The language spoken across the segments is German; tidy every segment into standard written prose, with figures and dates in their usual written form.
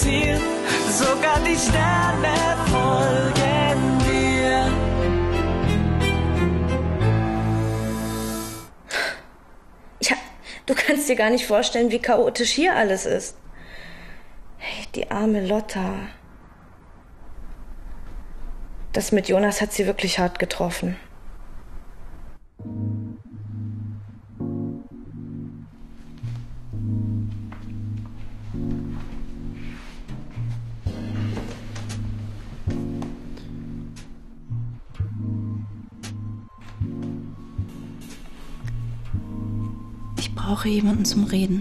Ziel, sogar die Sterne folgen dir. Ja, du kannst dir gar nicht vorstellen, wie chaotisch hier alles ist. Hey, die arme Lotta. Das mit Jonas hat sie wirklich hart getroffen. Ich brauche jemanden zum Reden.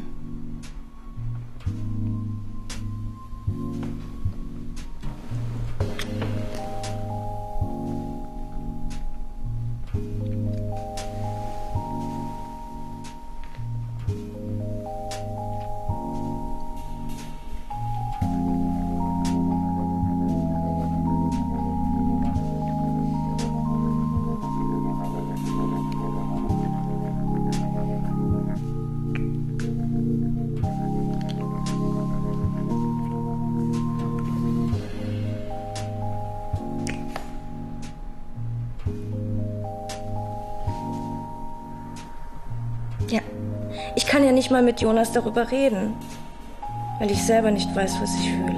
Ja, ich kann ja nicht mal mit Jonas darüber reden, weil ich selber nicht weiß, was ich fühle.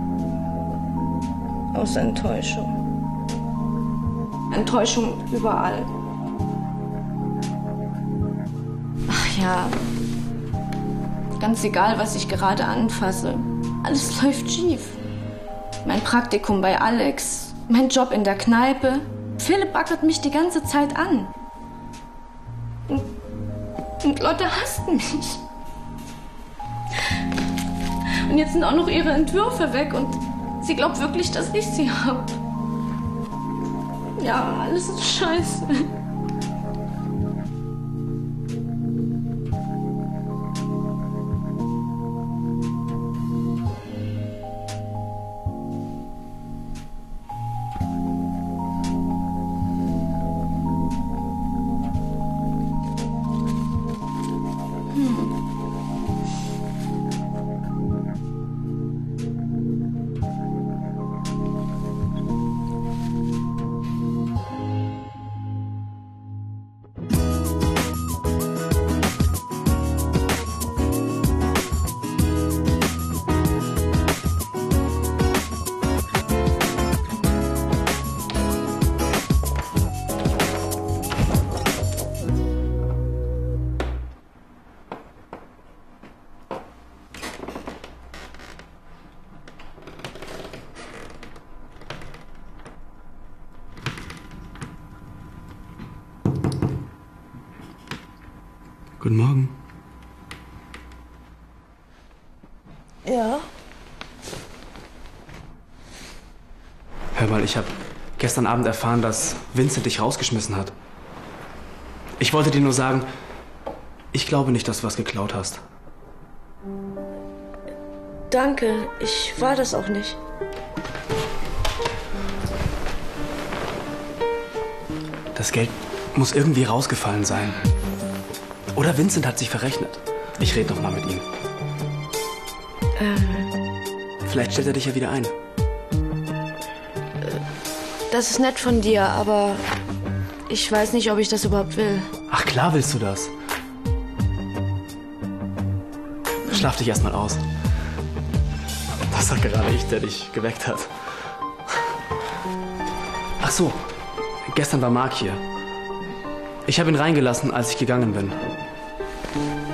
Außer Enttäuschung. Enttäuschung überall. Ach ja, ganz egal, was ich gerade anfasse. Alles läuft schief. Mein Praktikum bei Alex, mein Job in der Kneipe. Philipp baggert mich die ganze Zeit an. Und Lotte hasst mich. Und jetzt sind auch noch ihre Entwürfe weg und sie glaubt wirklich, dass ich sie habe. Ja, alles ist scheiße. Guten Morgen. Ja? Hör mal, ich habe gestern Abend erfahren, dass Vincent dich rausgeschmissen hat. Ich wollte dir nur sagen, ich glaube nicht, dass du was geklaut hast. Danke, ich war das auch nicht. Das Geld muss irgendwie rausgefallen sein. Oder Vincent hat sich verrechnet. Ich rede noch mal mit ihm. Vielleicht stellt er dich ja wieder ein. Das ist nett von dir, aber ich weiß nicht, ob ich das überhaupt will. Ach klar willst du das. Schlaf dich erstmal aus. Das war gerade ich, der dich geweckt hat. Ach so, gestern war Marc hier. Ich habe ihn reingelassen, als ich gegangen bin.